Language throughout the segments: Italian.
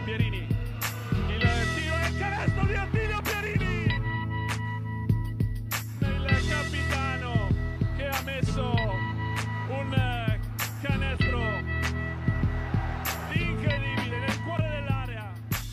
Pierini, il tiro e il canestro di Attilio Pierini, il capitano che ha messo un canestro incredibile nel cuore dell'area.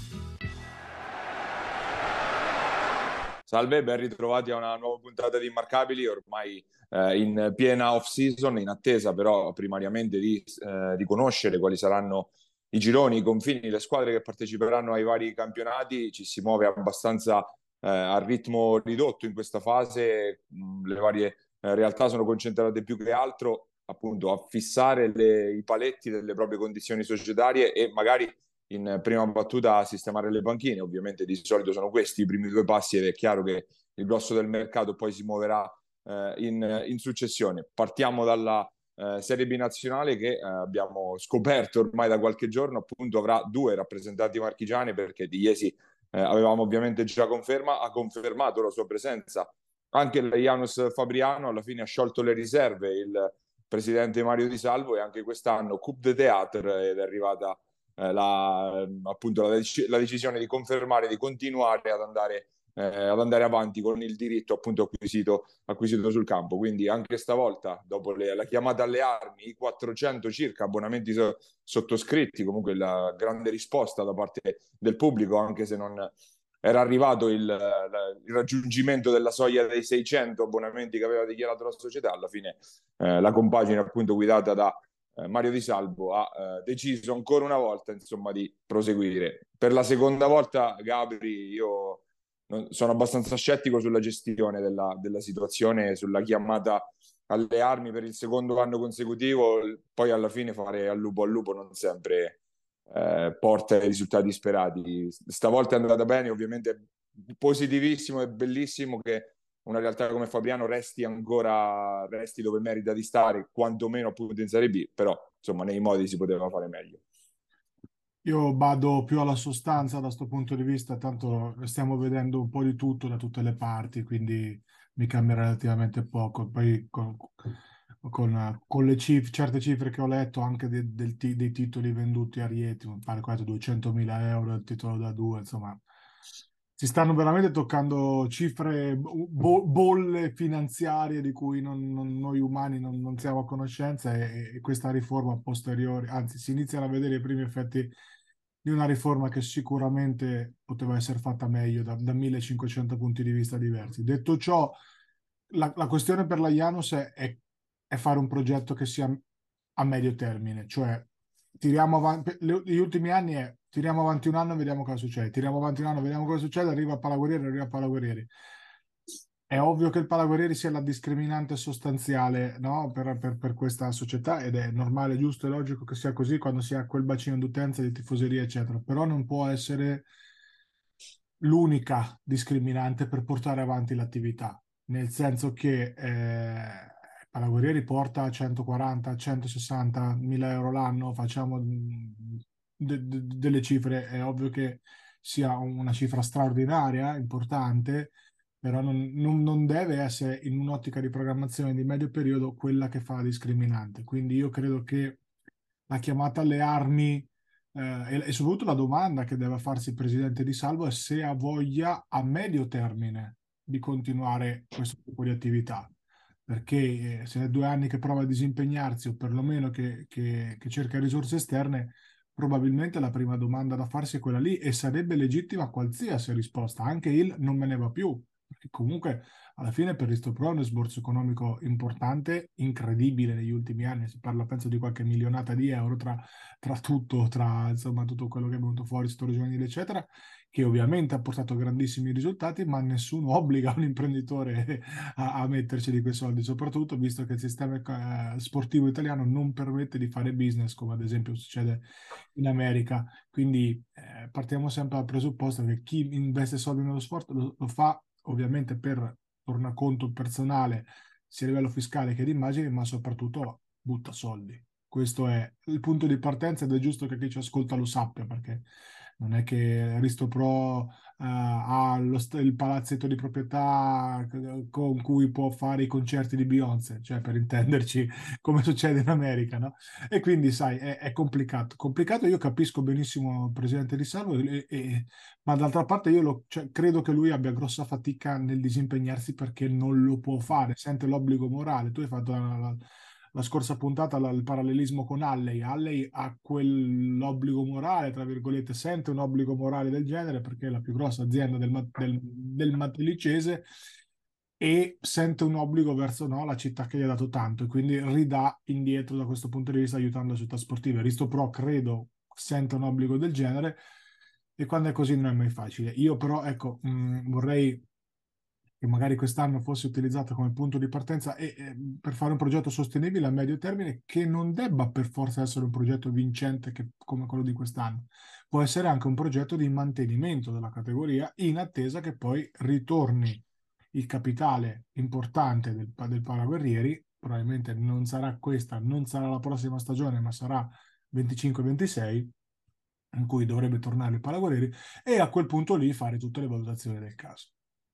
Salve, ben ritrovati a una nuova puntata di Immarcabili, ormai in piena off-season, in attesa però primariamente di conoscere quali saranno i gironi, i confini, le squadre che parteciperanno ai vari campionati. Ci si muove abbastanza a ritmo ridotto in questa fase. Le varie realtà sono concentrate più che altro appunto a fissare i paletti delle proprie condizioni societarie e magari in prima battuta a sistemare le panchine. Ovviamente di solito sono questi i primi due passi ed è chiaro che il grosso del mercato poi si muoverà in successione. Partiamo dalla Serie B nazionale che abbiamo scoperto ormai da qualche giorno, appunto avrà due rappresentanti marchigiani, perché Di Iesi avevamo ovviamente già ha confermato la sua presenza anche il Janus Fabriano. Alla fine ha sciolto le riserve il presidente Mario Di Salvo, e anche quest'anno Coupe de Théâtre ed è arrivata appunto la decisione di confermare, di continuare ad andare avanti con il diritto appunto acquisito sul campo. Quindi anche stavolta, dopo la chiamata alle armi, i 400 circa abbonamenti sottoscritti, comunque la grande risposta da parte del pubblico, anche se non era arrivato il raggiungimento della soglia dei 600 abbonamenti che aveva dichiarato la società. Alla fine la compagine appunto guidata da Mario Di Salvo ha deciso ancora una volta insomma di proseguire. Per la seconda volta, Gabri, io sono abbastanza scettico sulla gestione della situazione, sulla chiamata alle armi per il secondo anno consecutivo. Poi alla fine fare al lupo non sempre porta ai risultati sperati. Stavolta è andata bene, ovviamente positivissimo e bellissimo che una realtà come Fabriano resti dove merita di stare, quantomeno appunto in Serie B, però insomma nei modi si poteva fare meglio. Io vado più alla sostanza da questo punto di vista, tanto stiamo vedendo un po' di tutto da tutte le parti, quindi mi cambia relativamente poco. Poi con le certe cifre che ho letto anche dei titoli venduti a Rieti, mi pare quasi 200.000 euro il titolo da due, insomma, si stanno veramente toccando cifre, bolle finanziarie di cui noi umani non siamo a conoscenza, e questa riforma posteriore, anzi si iniziano a vedere i primi effetti di una riforma che sicuramente poteva essere fatta meglio da 1500 punti di vista diversi. Detto ciò, la questione per la Janus è fare un progetto che sia a medio termine, cioè tiriamo avanti, gli ultimi anni tiriamo avanti un anno e vediamo cosa succede, tiriamo avanti un anno e vediamo cosa succede, arriva Palaguerieri. È ovvio che il Palaguerieri sia la discriminante sostanziale, no? per questa società, ed è normale, giusto e logico che sia così quando si ha quel bacino d'utenza di tifoseria, eccetera. Però non può essere l'unica discriminante per portare avanti l'attività, nel senso che Palaguerieri porta 140-160 mila euro l'anno, facciamo delle cifre, è ovvio che sia una cifra straordinaria, importante, però non deve essere in un'ottica di programmazione di medio periodo quella che fa la discriminante. Quindi io credo che la chiamata alle armi e soprattutto la domanda che deve farsi il presidente Di Salvo è se ha voglia a medio termine di continuare questo tipo di attività, perché se è 2 anni che prova a disimpegnarsi, o perlomeno che cerca risorse esterne, probabilmente la prima domanda da farsi è quella lì, e sarebbe legittima qualsiasi risposta, anche il non me ne va più, perché comunque alla fine per Risto è uno sborso economico importante, incredibile negli ultimi anni. Si parla penso di qualche milionata di euro tra tutto, insomma tutto quello che è venuto fuori, sto giovanile eccetera, che ovviamente ha portato grandissimi risultati, ma nessuno obbliga un imprenditore a metterci di quei soldi, soprattutto visto che il sistema sportivo italiano non permette di fare business, come ad esempio succede in America. Quindi partiamo sempre dal presupposto che chi investe soldi nello sport lo fa ovviamente per tornaconto personale, sia a livello fiscale che di immagine, ma soprattutto butta soldi. Questo è il punto di partenza, ed è giusto che chi ci ascolta lo sappia, perché Non è che Risto Pro ha il palazzetto di proprietà con cui può fare i concerti di Beyoncé, cioè per intenderci come succede in America, no? E quindi, sai, è complicato. Complicato, io capisco benissimo il presidente di Salvo, ma d'altra parte cioè, credo che lui abbia grossa fatica nel disimpegnarsi perché non lo può fare, sente l'obbligo morale. Tu hai fatto la scorsa puntata il parallelismo con Halley. Halley ha quell'obbligo morale, tra virgolette, sente un obbligo morale del genere perché è la più grossa azienda del Mattelicese e sente un obbligo verso no, la città che gli ha dato tanto e quindi ridà indietro da questo punto di vista aiutando le città sportive. Risto Pro credo sente un obbligo del genere e quando è così non è mai facile. Io però ecco vorrei che magari quest'anno fosse utilizzato come punto di partenza per fare un progetto sostenibile a medio termine che non debba per forza essere un progetto vincente come quello di quest'anno. Può essere anche un progetto di mantenimento della categoria in attesa che poi ritorni il capitale importante del Paraguerrieri. Probabilmente non sarà questa, non sarà la prossima stagione, ma sarà 25-26 in cui dovrebbe tornare il Paraguerrieri e a quel punto lì fare tutte le valutazioni del caso.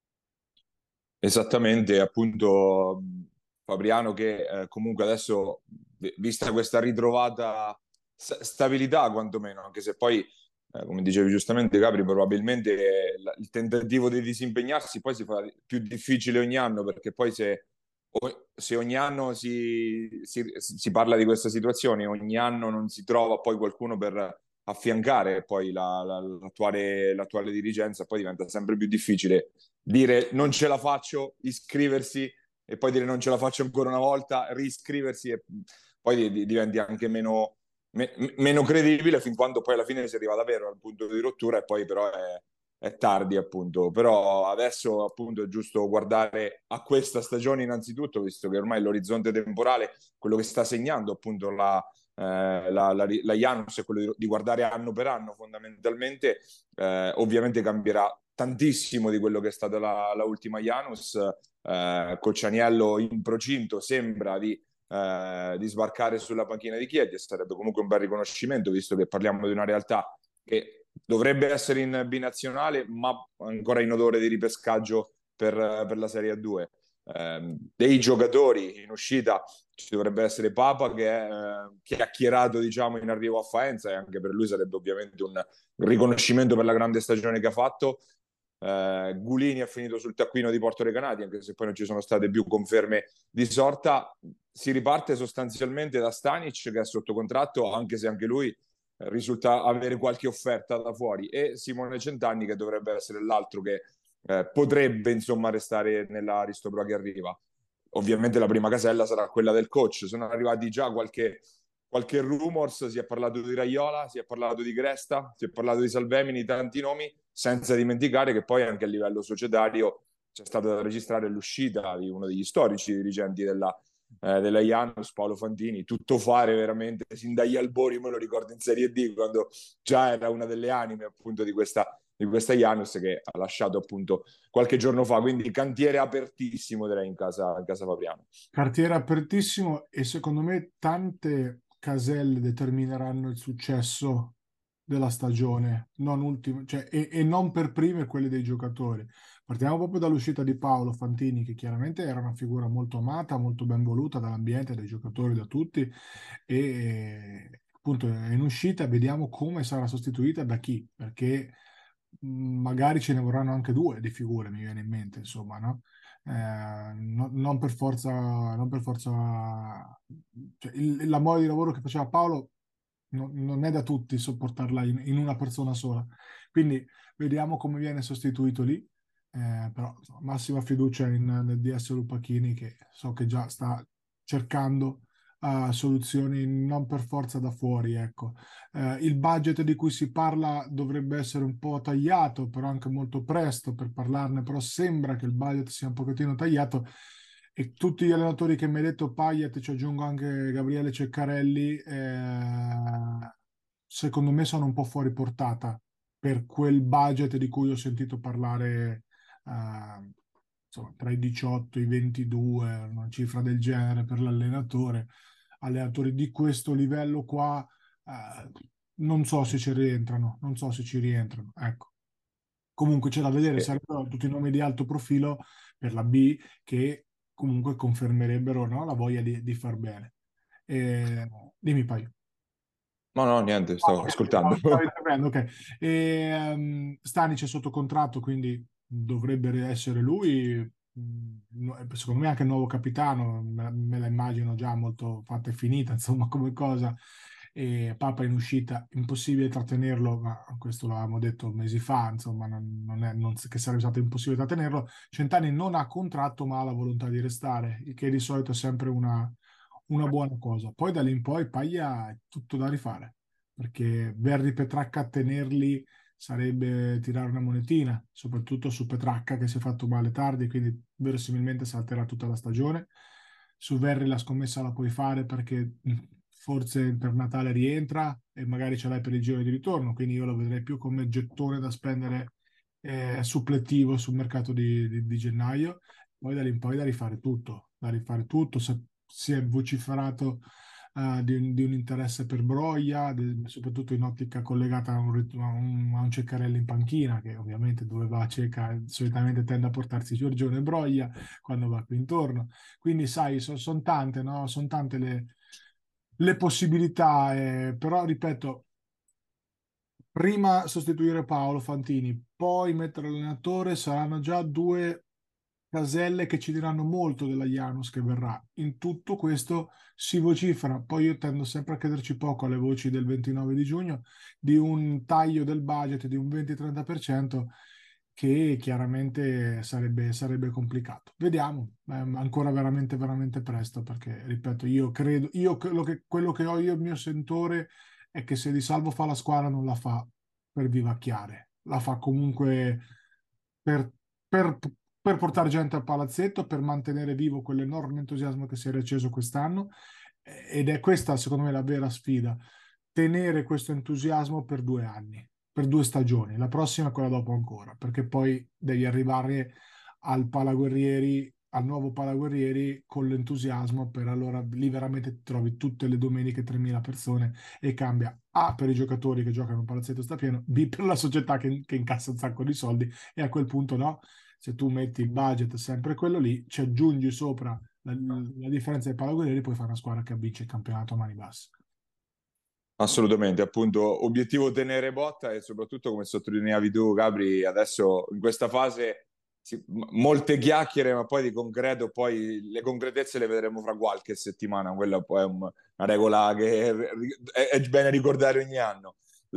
Esattamente, appunto Fabriano che comunque adesso, vista questa ritrovata stabilità quantomeno, anche se poi, come dicevi giustamente Capri, probabilmente il tentativo di disimpegnarsi poi si fa più difficile ogni anno, perché poi se ogni anno si parla di questa situazione, ogni anno non si trova poi qualcuno per affiancare poi l'attuale dirigenza, poi diventa sempre più difficile dire non ce la faccio, iscriversi e poi dire non ce la faccio ancora una volta, riscriversi e poi diventi anche meno credibile fin quando poi alla fine si arriva davvero al punto di rottura e poi però è tardi appunto. Però adesso appunto è giusto guardare a questa stagione innanzitutto, visto che ormai l'orizzonte temporale, quello che sta segnando appunto la Janus è quello di guardare anno per anno fondamentalmente. Ovviamente cambierà tantissimo di quello che è stata la ultima Janus. Coccianiello in procinto sembra di sbarcare sulla panchina di Chieti e sarebbe comunque un bel riconoscimento, visto che parliamo di una realtà che dovrebbe essere in binazionale ma ancora in odore di ripescaggio per la Serie A2. Dei giocatori in uscita ci dovrebbe essere Papa che è chiacchierato diciamo in arrivo a Faenza e anche per lui sarebbe ovviamente un riconoscimento per la grande stagione che ha fatto. Gulini ha finito sul taccuino di Porto Recanati, anche se poi non ci sono state più conferme di sorta. Si riparte sostanzialmente da Stanic che è sotto contratto, anche se anche lui risulta avere qualche offerta da fuori, e Simone Centanni che dovrebbe essere l'altro che potrebbe insomma restare nella Aristopro che arriva. Ovviamente la prima casella sarà quella del coach. Sono arrivati già qualche rumors, si è parlato di Raiola, si è parlato di Cresta, si è parlato di Salvemini, tanti nomi, senza dimenticare che poi anche a livello societario c'è stata da registrare l'uscita di uno degli storici dirigenti della Janus, Paolo Fantini, tutto fare veramente sin dagli albori, me lo ricordo in Serie D, quando già era una delle anime appunto di questa Janus che ha lasciato appunto qualche giorno fa, quindi cantiere apertissimo direi in casa Fabriano. Cartiere apertissimo e secondo me tante caselle determineranno il successo della stagione, non ultime, cioè, e non per prime quelle dei giocatori. Partiamo proprio dall'uscita di Paolo Fantini, che chiaramente era una figura molto amata, molto ben voluta dall'ambiente, dai giocatori, da tutti, e appunto è in uscita, vediamo come sarà sostituita da chi, perché magari ce ne vorranno anche due di figure, mi viene in mente, insomma, no? Non per forza, non per forza, cioè, la mole di lavoro che faceva Paolo non è da tutti sopportarla in una persona sola. Quindi vediamo come viene sostituito lì. Però insomma, massima fiducia nel DS Lupacchini che so che già sta cercando soluzioni non per forza da fuori, ecco. Il budget di cui si parla dovrebbe essere un po' tagliato, però anche molto presto per parlarne, però sembra che il budget sia un pochettino tagliato e tutti gli allenatori che mi hai detto, Payet, ci aggiungo anche Gabriele Ceccarelli, secondo me sono un po' fuori portata per quel budget di cui ho sentito parlare, insomma, tra i 18 e i 22, una cifra del genere per l'allenatore. Allenatori di questo livello qua, non so se ci rientrano, non so se ci rientrano, ecco. Comunque c'è da vedere, Eh, sarebbero tutti nomi di alto profilo per la B che comunque confermerebbero, no, la voglia di far bene. Dimmi poi. No, no, niente, stavo ascoltando. Stavo intervenendo, ok. Stanic è sotto contratto, quindi dovrebbe essere lui. Secondo me anche il nuovo capitano, me la immagino già molto fatta e finita, insomma, come cosa. E Papa in uscita, impossibile trattenerlo, ma questo l'avevamo detto mesi fa, insomma, che sarebbe stato impossibile trattenerlo. Centani non ha contratto, ma ha la volontà di restare, il che di solito è sempre una buona cosa. Poi da lì in poi Paglia è tutto da rifare, perché Verri Petracca tenerli sarebbe tirare una monetina, soprattutto su Petracca che si è fatto male tardi, quindi verosimilmente salterà tutta la stagione. Su Verri la scommessa la puoi fare perché forse per Natale rientra e magari ce l'hai per il giro di ritorno, quindi io lo vedrei più come gettone da spendere suppletivo sul mercato di gennaio. Poi da lì in poi da rifare tutto, da rifare tutto. Si è vociferato di un interesse per Broia, soprattutto in ottica collegata a un Ceccarelli in panchina, che ovviamente dove va a Cecca solitamente tende a portarsi Giorgione e Broia quando va qui intorno. Quindi sai, sono tante, no? Sono tante le possibilità, però ripeto, prima sostituire Paolo Fantini, poi mettere l'allenatore, saranno già due caselle che ci diranno molto della Janus che verrà. In tutto questo si vocifera, poi io tendo sempre a crederci poco alle voci del 29 di giugno, di un taglio del budget di un 20-30% che chiaramente sarebbe complicato. Vediamo, è ancora veramente, veramente presto perché, ripeto, io credo, quello che ho io, il mio sentore è che se Di Salvo fa la squadra non la fa per vivacchiare, la fa comunque per, per- per portare gente al palazzetto, per mantenere vivo quell'enorme entusiasmo che si era acceso quest'anno. Ed è questa, secondo me, la vera sfida: tenere questo entusiasmo per 2 anni, per 2 stagioni, la prossima e quella dopo ancora, perché poi devi arrivare al nuovo Palaguerrieri con l'entusiasmo, per allora lì veramente ti trovi tutte le domeniche 3.000 persone e cambia A per i giocatori che giocano, il palazzetto sta pieno, B per la società che incassa un sacco di soldi, e a quel punto no, se tu metti il budget sempre quello lì, ci aggiungi sopra la differenza dei Palaguerrieri, puoi fare una squadra che vince il campionato a mani basse. Assolutamente, appunto, obiettivo tenere botta e soprattutto, come sottolineavi tu, Gabri, adesso in questa fase molte chiacchiere, ma poi di concreto, poi le concretezze le vedremo fra qualche settimana. Quella poi è una regola che è bene ricordare ogni anno.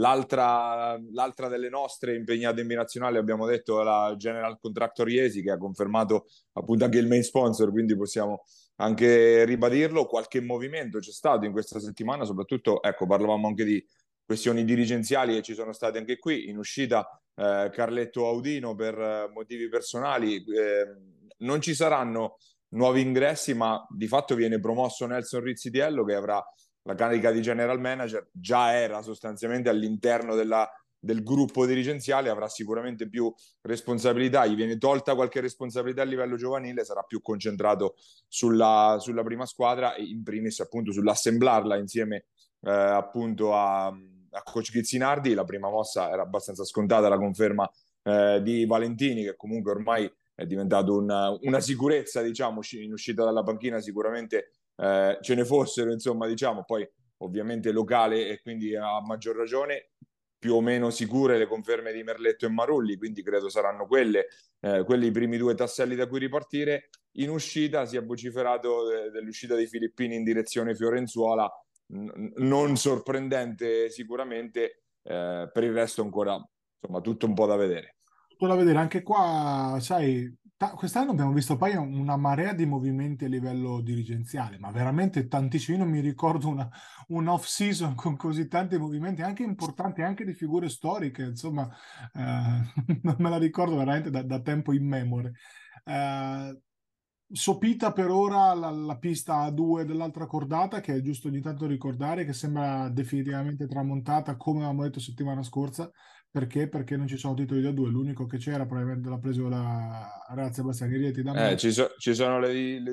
L'altra delle nostre impegnate in binazionale, abbiamo detto, è la General Contractor Iesi, che ha confermato appunto anche il main sponsor, quindi possiamo anche ribadirlo. Qualche movimento c'è stato in questa settimana, soprattutto, ecco, parlavamo anche di questioni dirigenziali e ci sono state anche qui in uscita Carletto Audino per motivi personali. Non ci saranno nuovi ingressi, ma di fatto viene promosso Nelson Rizzitiello, che avrà la carica di general manager, già era sostanzialmente all'interno del gruppo dirigenziale, avrà sicuramente più responsabilità, gli viene tolta qualche responsabilità a livello giovanile, sarà più concentrato sulla prima squadra e in primis appunto sull'assemblarla insieme appunto a coach Chizzinardi. La prima mossa era abbastanza scontata, la conferma di Valentini, che comunque ormai è diventato una sicurezza, diciamo, in uscita dalla panchina. Sicuramente ce ne fossero, insomma, diciamo, poi ovviamente locale e quindi a maggior ragione più o meno sicure le conferme di Merletto e Marulli, quindi credo saranno quelli i primi due tasselli da cui ripartire. In uscita si è vociferato dell'uscita dei filippini in direzione Fiorenzuola, non sorprendente sicuramente, per il resto ancora insomma tutto un po' da vedere. Tutto da vedere anche qua, sai, quest'anno abbiamo visto poi una marea di movimenti a livello dirigenziale, ma veramente tantissimi. Io non mi ricordo un off-season con così tanti movimenti, anche importanti, anche di figure storiche, insomma, non me la ricordo veramente da tempo immemore. Eh, Sopita per ora la pista A2 dell'altra cordata, che è giusto ogni tanto ricordare, che sembra definitivamente tramontata, come avevamo detto settimana scorsa. Perché? Perché non ci sono titoli da due, l'unico che c'era probabilmente l'ha preso la Real Sebastiani Rieti da me. Ci sono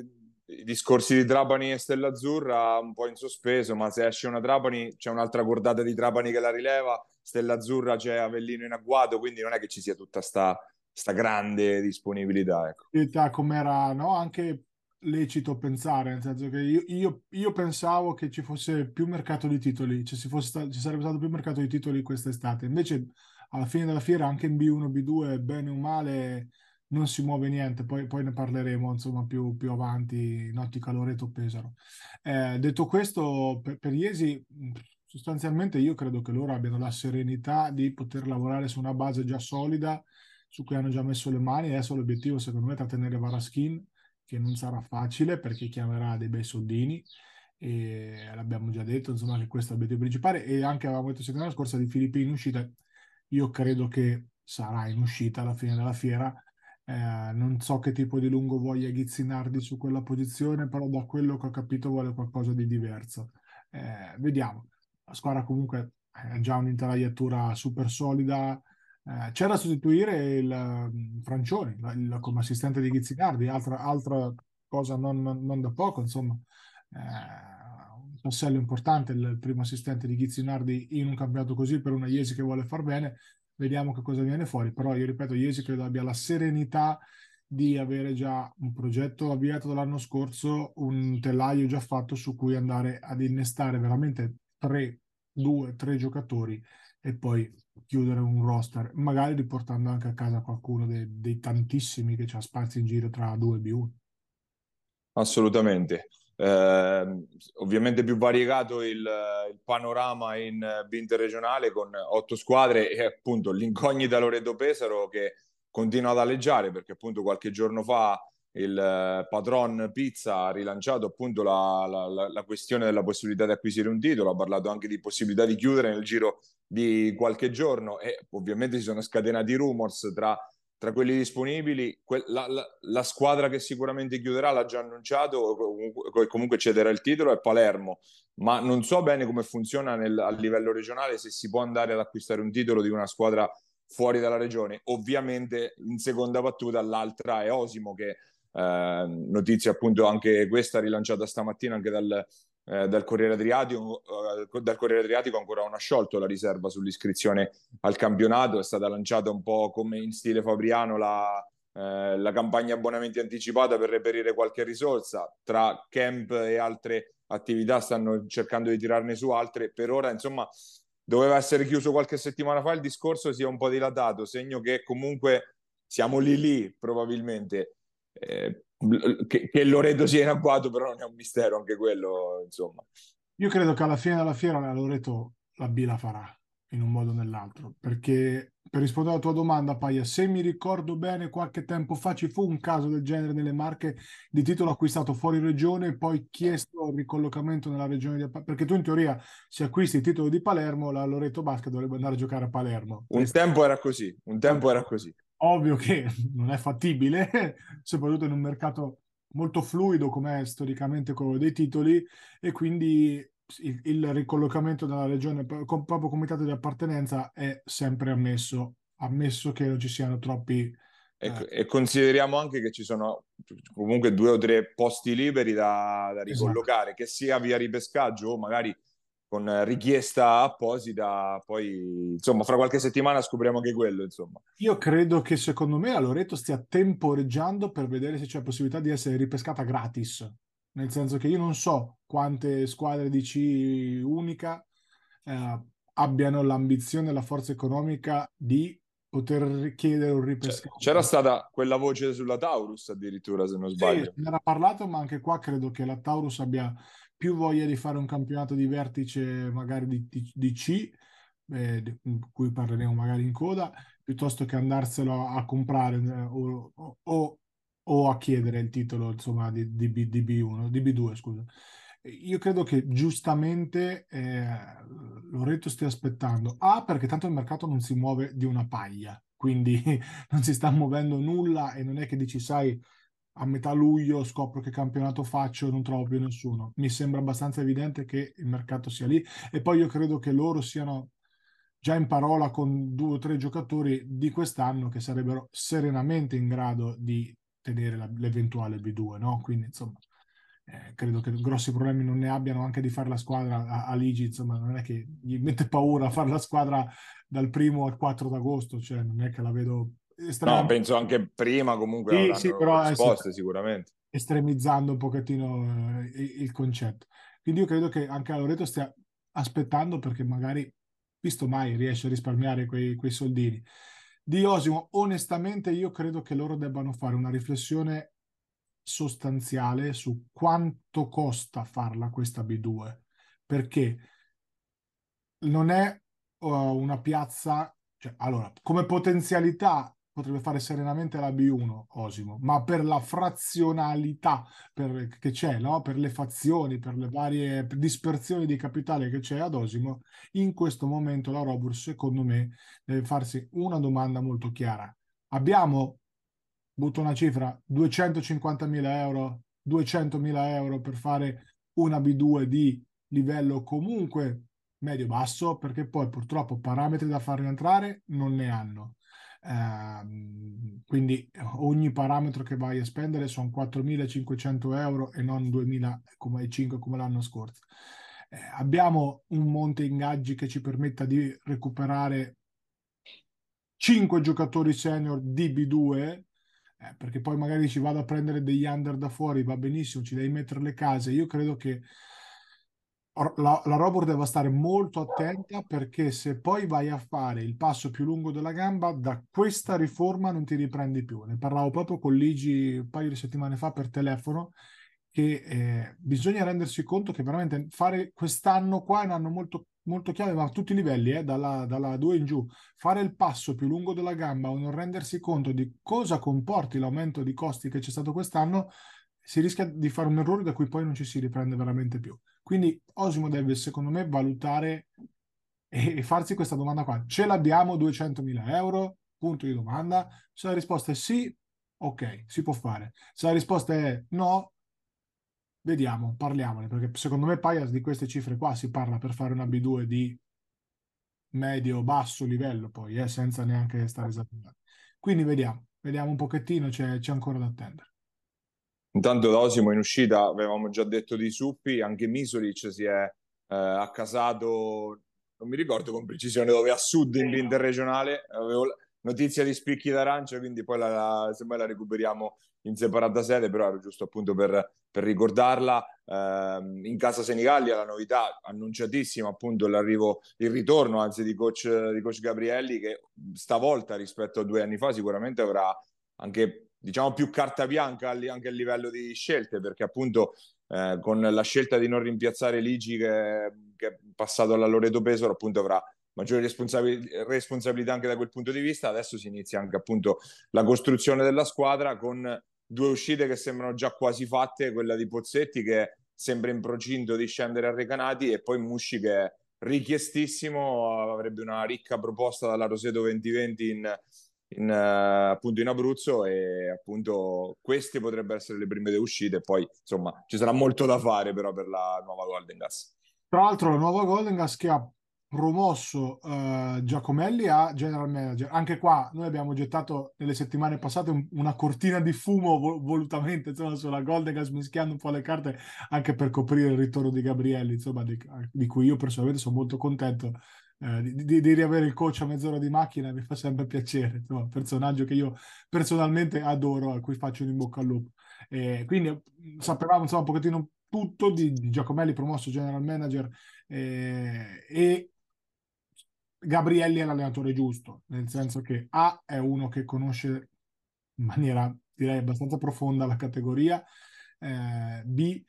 i discorsi di Trapani e Stella Azzurra un po' in sospeso, ma se esce una Trapani c'è un'altra cordata di Trapani che la rileva, Stella Azzurra c'è Avellino in agguato, quindi non è che ci sia tutta sta grande disponibilità, ecco. Com'era, no? Anche lecito pensare, nel senso che io pensavo che ci fosse più mercato di titoli, cioè ci sarebbe stato più mercato di titoli quest'estate. Invece, alla fine della fiera, anche in B1, B2, bene o male, non si muove niente. Poi ne parleremo, insomma, più avanti, in ottica Loreto-Pesaro. Detto questo, per Iesi, sostanzialmente io credo che loro abbiano la serenità di poter lavorare su una base già solida su cui hanno già messo le mani. Adesso l'obiettivo secondo me è trattenere Varaschin, che non sarà facile perché chiamerà dei bei soldini, e l'abbiamo già detto, insomma, che questo è l'obiettivo principale. E anche avevamo detto settimana scorsa di Filippi in uscita, io credo che sarà in uscita alla fine della fiera. Non so che tipo di lungo voglia Ghizzinardi su quella posizione, però da quello che ho capito vuole qualcosa di diverso. Vediamo. La squadra comunque è già un'intelaiatura super solida. C'è da sostituire il Francioni come assistente di Ghizzinardi, altra cosa non da poco, insomma. Un tassello importante il primo assistente di Ghizzinardi in un campionato così per una Iesi che vuole far bene. Vediamo che cosa viene fuori, però io ripeto, Iesi credo abbia la serenità di avere già un progetto avviato dall'anno scorso, un telaio già fatto su cui andare ad innestare veramente due, tre giocatori e poi chiudere un roster, magari riportando anche a casa qualcuno dei tantissimi che c'ha spazio in giro tra 2 e B1. Assolutamente. Ovviamente più variegato il panorama in interregionale con 8 squadre e appunto l'incognita Loreto Pesaro che continua ad aleggiare perché appunto qualche giorno fa il patron Pizza ha rilanciato appunto la questione della possibilità di acquisire un titolo, ha parlato anche di possibilità di chiudere nel giro di qualche giorno e ovviamente si sono scatenati rumors tra quelli disponibili. La squadra che sicuramente chiuderà l'ha già annunciato, comunque cederà il titolo, è Palermo, ma non so bene come funziona a livello regionale, se si può andare ad acquistare un titolo di una squadra fuori dalla regione. Ovviamente in seconda battuta l'altra è Osimo, che notizia appunto anche questa rilanciata stamattina anche dal Corriere Adriatico ancora non ha sciolto la riserva sull'iscrizione al campionato. È stata lanciata un po' come in stile Fabriano la campagna abbonamenti anticipata per reperire qualche risorsa. Tra camp e altre attività stanno cercando di tirarne su altre. Per ora, insomma, doveva essere chiuso qualche settimana fa, il discorso si è un po' dilatato, segno che comunque siamo lì probabilmente. Che Loreto sia in agguato, però non è un mistero anche quello, insomma. Io credo che alla fine della fiera la Loreto la B la farà in un modo o nell'altro, perché per rispondere alla tua domanda, Paia, se mi ricordo bene, qualche tempo fa ci fu un caso del genere nelle Marche di titolo acquistato fuori regione, poi chiesto il ricollocamento nella regione perché tu in teoria se acquisti il titolo di Palermo, la Loreto Basket dovrebbe andare a giocare a Palermo. Un tempo era così, un tempo era così. Ovvio che non è fattibile, soprattutto in un mercato molto fluido come è storicamente quello dei titoli, e quindi il ricollocamento dalla regione, proprio comitato di appartenenza, è sempre ammesso che non ci siano troppi. E consideriamo anche che ci sono comunque 2 o 3 posti liberi da Esatto. ricollocare, che sia via ripescaggio o magari con richiesta apposita, poi insomma fra qualche settimana scopriamo anche quello, insomma. Io credo che secondo me la Loreto stia temporeggiando per vedere se c'è possibilità di essere ripescata gratis, nel senso che io non so quante squadre di C unica abbiano l'ambizione e la forza economica di poter chiedere un C'era ripescato. stata quella voce sulla Taurus addirittura, se non Sì, sbaglio. se ne era parlato, ma anche qua credo che la Taurus abbia più voglia di fare un campionato di vertice, magari di C, di cui parleremo magari in coda, piuttosto che andarselo a comprare o a chiedere il titolo, insomma, di B1, di B2, scusa. Io credo che giustamente Loreto stia aspettando. A, perché tanto il mercato non si muove di una paglia, quindi non si sta muovendo nulla e non è che dici, sai, a metà luglio scopro che campionato faccio e non trovo più nessuno. Mi sembra abbastanza evidente che il mercato sia lì, e poi io credo che loro siano già in parola con 2 o 3 giocatori di quest'anno che sarebbero serenamente in grado di tenere l'eventuale B2, no? Quindi insomma, Credo che grossi problemi non ne abbiano anche di fare la squadra a Ligi, insomma, non è che gli mette paura a fare la squadra dal 1 al 4 d'agosto, cioè non è che la vedo No, estremamente... penso anche prima comunque Sì, sì, avranno però adesso risposte sicuramente. estremizzando un pochettino il concetto. Quindi io credo che anche a Loreto stia aspettando perché magari, visto mai, riesce a risparmiare quei soldini. Di Osimo, onestamente io credo che loro debbano fare una riflessione sostanziale su quanto costa farla questa B2, perché non è una piazza, cioè, allora, come potenzialità potrebbe fare serenamente la B1 Osimo, ma per la frazionalità che c'è, no? Per le fazioni, per le varie dispersioni di capitale che c'è ad Osimo, in questo momento la Robur, secondo me, deve farsi una domanda molto chiara. Abbiamo, butto una cifra, 250.000 euro, 200.000 euro per fare una B2 di livello comunque medio-basso, perché poi purtroppo parametri da far rientrare non ne hanno. Quindi ogni parametro che vai a spendere sono 4.500 euro e non 2.500 come l'anno scorso. Abbiamo un monte ingaggi che ci permetta di recuperare 5 giocatori senior di B2, perché poi magari ci vado a prendere degli under da fuori, va benissimo, ci devi mettere le case. Io credo che la Robur deve stare molto attenta perché se poi vai a fare il passo più lungo della gamba, da questa riforma non ti riprendi più. Ne parlavo proprio con Ligi un paio di settimane fa per telefono, che bisogna rendersi conto che veramente fare quest'anno qua è un anno molto, molto chiave, ma a tutti i livelli, dalla 2 in giù, fare il passo più lungo della gamba o non rendersi conto di cosa comporti l'aumento di costi che c'è stato quest'anno, si rischia di fare un errore da cui poi non ci si riprende veramente più. Quindi Osimo deve, secondo me, valutare e farsi questa domanda qua. Ce l'abbiamo 200.000 euro? Punto di domanda. Se la risposta è sì, ok, si può fare. Se la risposta è no, vediamo, parliamone, perché secondo me Pajas di queste cifre qua si parla per fare una B2 di medio-basso livello, poi, senza neanche stare esagerando. Quindi vediamo un pochettino, c'è ancora da attendere. Intanto da Osimo in uscita avevamo già detto di Suppi, anche Misolic si è accasato, non mi ricordo con precisione dove, a sud in interregionale, avevo notizia di spicchi d'arancia, quindi poi semmai la recuperiamo in separata sede, però era giusto appunto per ricordarla. In casa Senigallia la novità annunciatissima, appunto il ritorno anzi di coach Gabrielli, che stavolta rispetto a 2 anni fa sicuramente avrà anche, diciamo, più carta bianca anche a livello di scelte, perché appunto con la scelta di non rimpiazzare Ligi che è passato alla Loreto Pesaro, appunto avrà maggiori responsabilità anche da quel punto di vista. Adesso si inizia anche appunto la costruzione della squadra con 2 uscite che sembrano già quasi fatte, quella di Pozzetti che sembra in procinto di scendere a Recanati, e poi Musci che è richiestissimo, avrebbe una ricca proposta dalla Roseto 2020 appunto in Abruzzo, e appunto queste potrebbero essere le prime 2 uscite. Poi insomma ci sarà molto da fare però per la nuova Golden Gas. Tra l'altro la nuova Golden Gas che ha promosso Giacomelli a General Manager. Anche qua noi abbiamo gettato nelle settimane passate una cortina di fumo volutamente, insomma, sulla Golden Gas, mischiando un po' le carte anche per coprire il ritorno di Gabrielli, insomma, di cui io personalmente sono molto contento. Di riavere il coach a mezz'ora di macchina mi fa sempre piacere, insomma, un personaggio che io personalmente adoro, a cui faccio un in bocca al lupo. Quindi sapevamo insomma un pochettino tutto di Giacomelli promosso general manager, e Gabrielli è l'allenatore giusto, nel senso che A è uno che conosce in maniera direi abbastanza profonda la categoria, B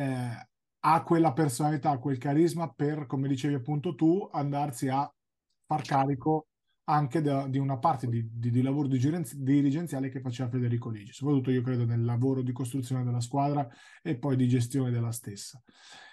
ha quella personalità, quel carisma per, come dicevi appunto tu, andarsi a far carico anche di una parte di lavoro dirigenziale che faceva Federico Ligi, soprattutto io credo nel lavoro di costruzione della squadra e poi di gestione della stessa.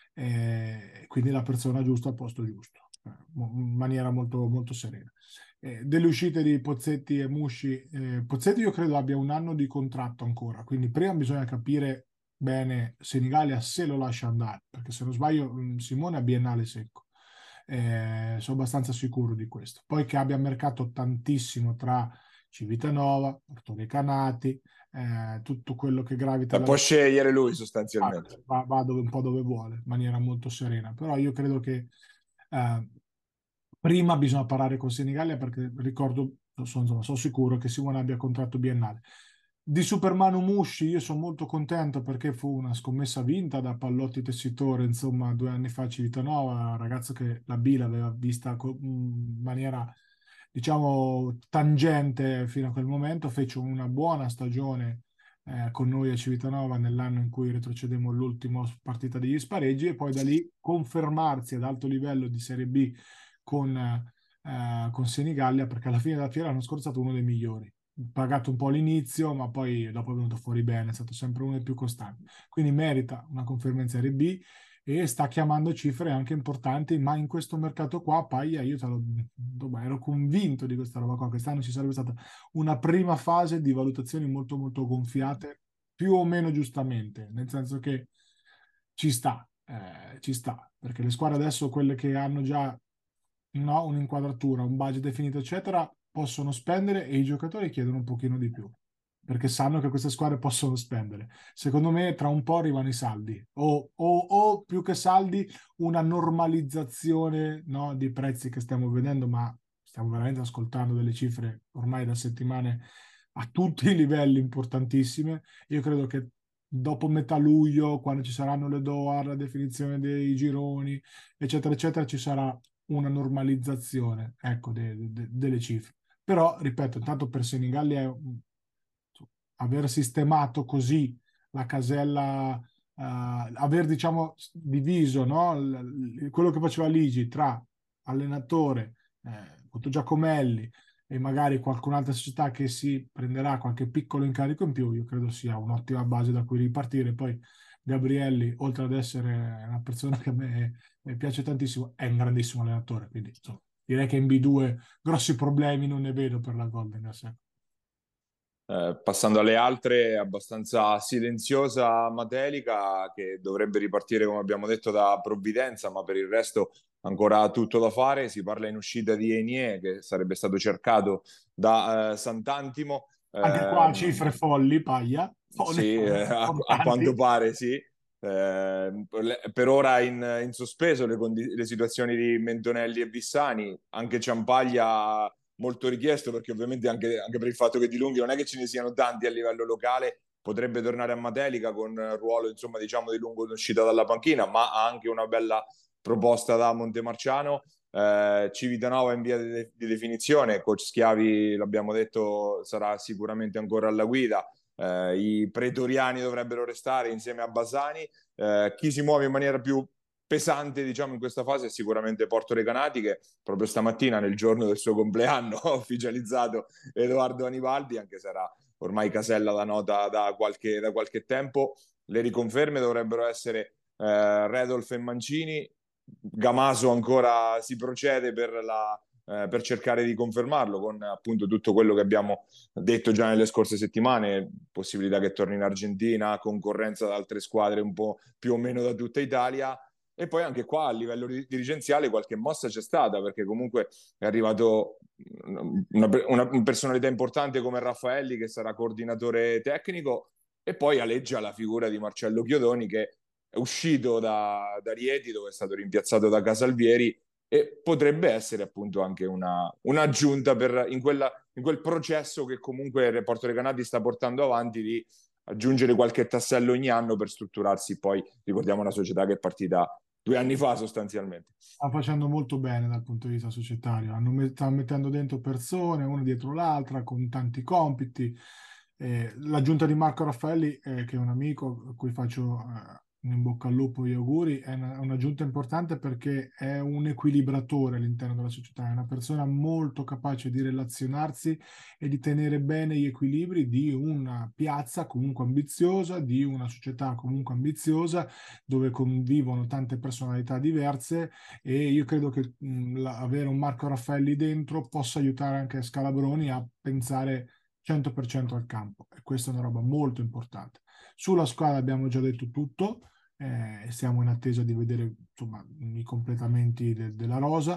Quindi la persona giusta al posto giusto, in maniera molto, molto serena. Delle uscite di Pozzetti e Musci, Pozzetti io credo abbia un anno di contratto ancora, quindi prima bisogna capire bene Senigallia se lo lascia andare, perché se non sbaglio Simone ha biennale secco. Sono abbastanza sicuro di questo. Poi che abbia mercato tantissimo tra Civitanova, Porto Recanati, tutto quello che gravita Può scegliere lui sostanzialmente. va un po' dove vuole, in maniera molto serena. Però io credo che prima bisogna parlare con Senigallia, perché ricordo, sono sicuro che Simone abbia contratto biennale. Di Supermanu Musci io sono molto contento, perché fu una scommessa vinta da Pallotti Tessitore, insomma, 2 anni fa a Civitanova, ragazzo che la B l'aveva vista in maniera, diciamo, tangente fino a quel momento, fece una buona stagione con noi a Civitanova nell'anno in cui retrocedemmo l'ultima partita degli spareggi, e poi da lì confermarsi ad alto livello di Serie B con Senigallia, perché alla fine della fiera l'anno scorso è stato uno dei migliori. Pagato un po' all'inizio, ma poi dopo è venuto fuori bene, è stato sempre uno dei più costanti. Quindi merita una conferma in Serie B e sta chiamando cifre anche importanti, ma in questo mercato qua, Paglia, ero convinto di questa roba qua. Quest'anno ci sarebbe stata una prima fase di valutazioni molto molto gonfiate, più o meno giustamente, nel senso che ci sta, perché le squadre adesso, quelle che hanno già, no, un'inquadratura, un budget definito, eccetera, possono spendere, e i giocatori chiedono un pochino di più, perché sanno che queste squadre possono spendere. Secondo me tra un po' arrivano i saldi, o più che saldi, una normalizzazione, no, di prezzi che stiamo vedendo, ma stiamo veramente ascoltando delle cifre ormai da settimane a tutti i livelli importantissime. Io credo che dopo metà luglio, quando ci saranno le DOAR, la definizione dei gironi, eccetera, eccetera, ci sarà una normalizzazione, ecco, delle cifre. Però, ripeto, intanto per Senigalli è aver sistemato così la casella, aver, diciamo, diviso, no, quello che faceva l'Igi tra allenatore, Otto Giacomelli, e magari qualcun'altra società che si prenderà qualche piccolo incarico in più, io credo sia un'ottima base da cui ripartire. Poi Gabrielli, oltre ad essere una persona che a me piace tantissimo, è un grandissimo allenatore, quindi insomma, direi che in B2 grossi problemi non ne vedo per la Golden. Passando alle altre, abbastanza silenziosa Matelica, che dovrebbe ripartire, come abbiamo detto, da Provvidenza, ma per il resto ancora tutto da fare. Si parla in uscita di Enie, che sarebbe stato cercato da Sant'Antimo. Anche qua cifre folli, Paglia, folli, Sì, a quanto importanti. pare sì. Per ora in sospeso le situazioni di Mentonelli e Vissani, anche Ciampaglia molto richiesto, perché ovviamente anche per il fatto che di lunghi non è che ce ne siano tanti a livello locale, potrebbe tornare a Matelica con ruolo, insomma, diciamo, di lungo in uscita dalla panchina, ma ha anche una bella proposta da Montemarciano. Civitanova in via di definizione, coach Schiavi, l'abbiamo detto, sarà sicuramente ancora alla guida. I pretoriani dovrebbero restare insieme a Basani. Chi si muove in maniera più pesante, diciamo, in questa fase è sicuramente Porto Recanati, che proprio stamattina, nel giorno del suo compleanno, ha ufficializzato Edoardo Anibaldi, anche se era ormai casella da nota da qualche tempo. Le riconferme dovrebbero essere Redolf e Mancini. Gamaso ancora si procede per cercare di confermarlo, con appunto tutto quello che abbiamo detto già nelle scorse settimane, possibilità che torni in Argentina, concorrenza da altre squadre un po' più o meno da tutta Italia. E poi anche qua a livello dirigenziale qualche mossa c'è stata, perché comunque è arrivato una personalità importante come Raffaelli, che sarà coordinatore tecnico, e poi aleggia la figura di Marcello Chiodoni, che è uscito da Rieti, dove è stato rimpiazzato da Casalvieri, e potrebbe essere appunto anche un'aggiunta in quel processo che comunque Porto Recanati sta portando avanti, di aggiungere qualche tassello ogni anno per strutturarsi. Poi ricordiamo una società che è partita 2 anni fa sostanzialmente. Sta facendo molto bene dal punto di vista societario, stanno mettendo dentro persone, una dietro l'altra, con tanti compiti. L'aggiunta di Marco Raffaelli, che è un amico a cui faccio un in bocca al lupo gli auguri, è un'aggiunta importante, perché è un equilibratore all'interno della società, è una persona molto capace di relazionarsi e di tenere bene gli equilibri di una piazza comunque ambiziosa, di una società comunque ambiziosa, dove convivono tante personalità diverse. E io credo che avere un Marco Raffaelli dentro possa aiutare anche Scalabroni a pensare 100% al campo, e questa è una roba molto importante. Sulla squadra abbiamo già detto tutto, siamo in attesa di vedere, insomma, i completamenti della rosa.